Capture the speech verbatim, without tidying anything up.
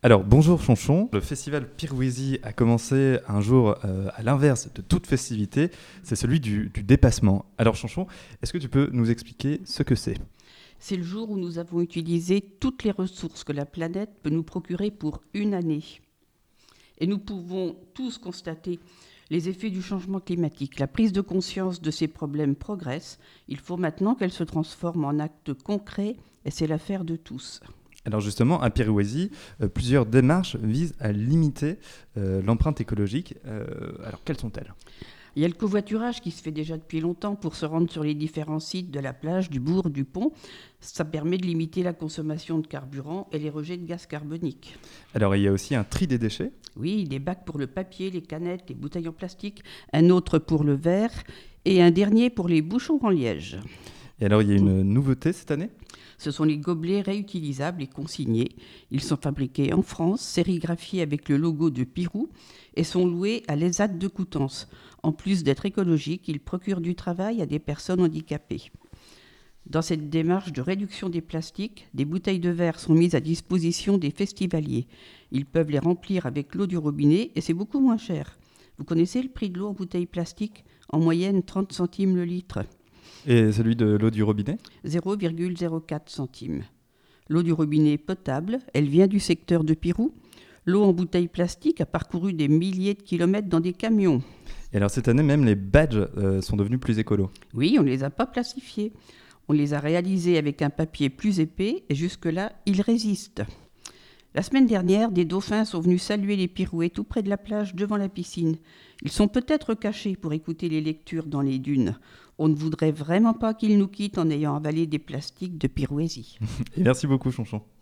Alors, bonjour Chonchon. Le festival Pirouésie a commencé un jour euh, à l'inverse de toute festivité, c'est celui du, du dépassement. Alors Chonchon, est-ce que tu peux nous expliquer ce que c'est ? C'est le jour où nous avons utilisé toutes les ressources que la planète peut nous procurer pour une année. Et nous pouvons tous constater les effets du changement climatique. La prise de conscience de ces problèmes progresse. Il faut maintenant qu'elle se transforme en actes concrets et c'est l'affaire de tous. Alors justement, à Pirouésie, euh, plusieurs démarches visent à limiter euh, l'empreinte écologique. Euh, alors quelles sont-elles ? Il y a le covoiturage qui se fait déjà depuis longtemps pour se rendre sur les différents sites de la plage, du bourg, du pont. Ça permet de limiter la consommation de carburant et les rejets de gaz carbonique. Alors il y a aussi un tri des déchets. Oui, des bacs pour le papier, les canettes, les bouteilles en plastique, un autre pour le verre et un dernier pour les bouchons en liège. Et alors il y a une nouveauté cette année ? Ce sont les gobelets réutilisables et consignés. Ils sont fabriqués en France, sérigraphiés avec le logo de Pirou et sont loués à l'E S A T de Coutances. En plus d'être écologiques, ils procurent du travail à des personnes handicapées. Dans cette démarche de réduction des plastiques, des bouteilles de verre sont mises à disposition des festivaliers. Ils peuvent les remplir avec l'eau du robinet et c'est beaucoup moins cher. Vous connaissez le prix de l'eau en bouteille plastique ? En moyenne trente centimes le litre. Et celui de l'eau du robinet ? zéro virgule zéro quatre centimes. L'eau du robinet est potable, elle vient du secteur de Pirou. L'eau en bouteille plastique a parcouru des milliers de kilomètres dans des camions. Et alors cette année, même les badges euh, sont devenus plus écolos. Oui, on ne les a pas plastifiés. On les a réalisés avec un papier plus épais et jusque-là, ils résistent. La semaine dernière, des dauphins sont venus saluer les Pirouais tout près de la plage devant la piscine. Ils sont peut-être cachés pour écouter les lectures dans les dunes. On ne voudrait vraiment pas qu'ils nous quittent en ayant avalé des plastiques de Pirouésie. Et merci beaucoup Chonchon.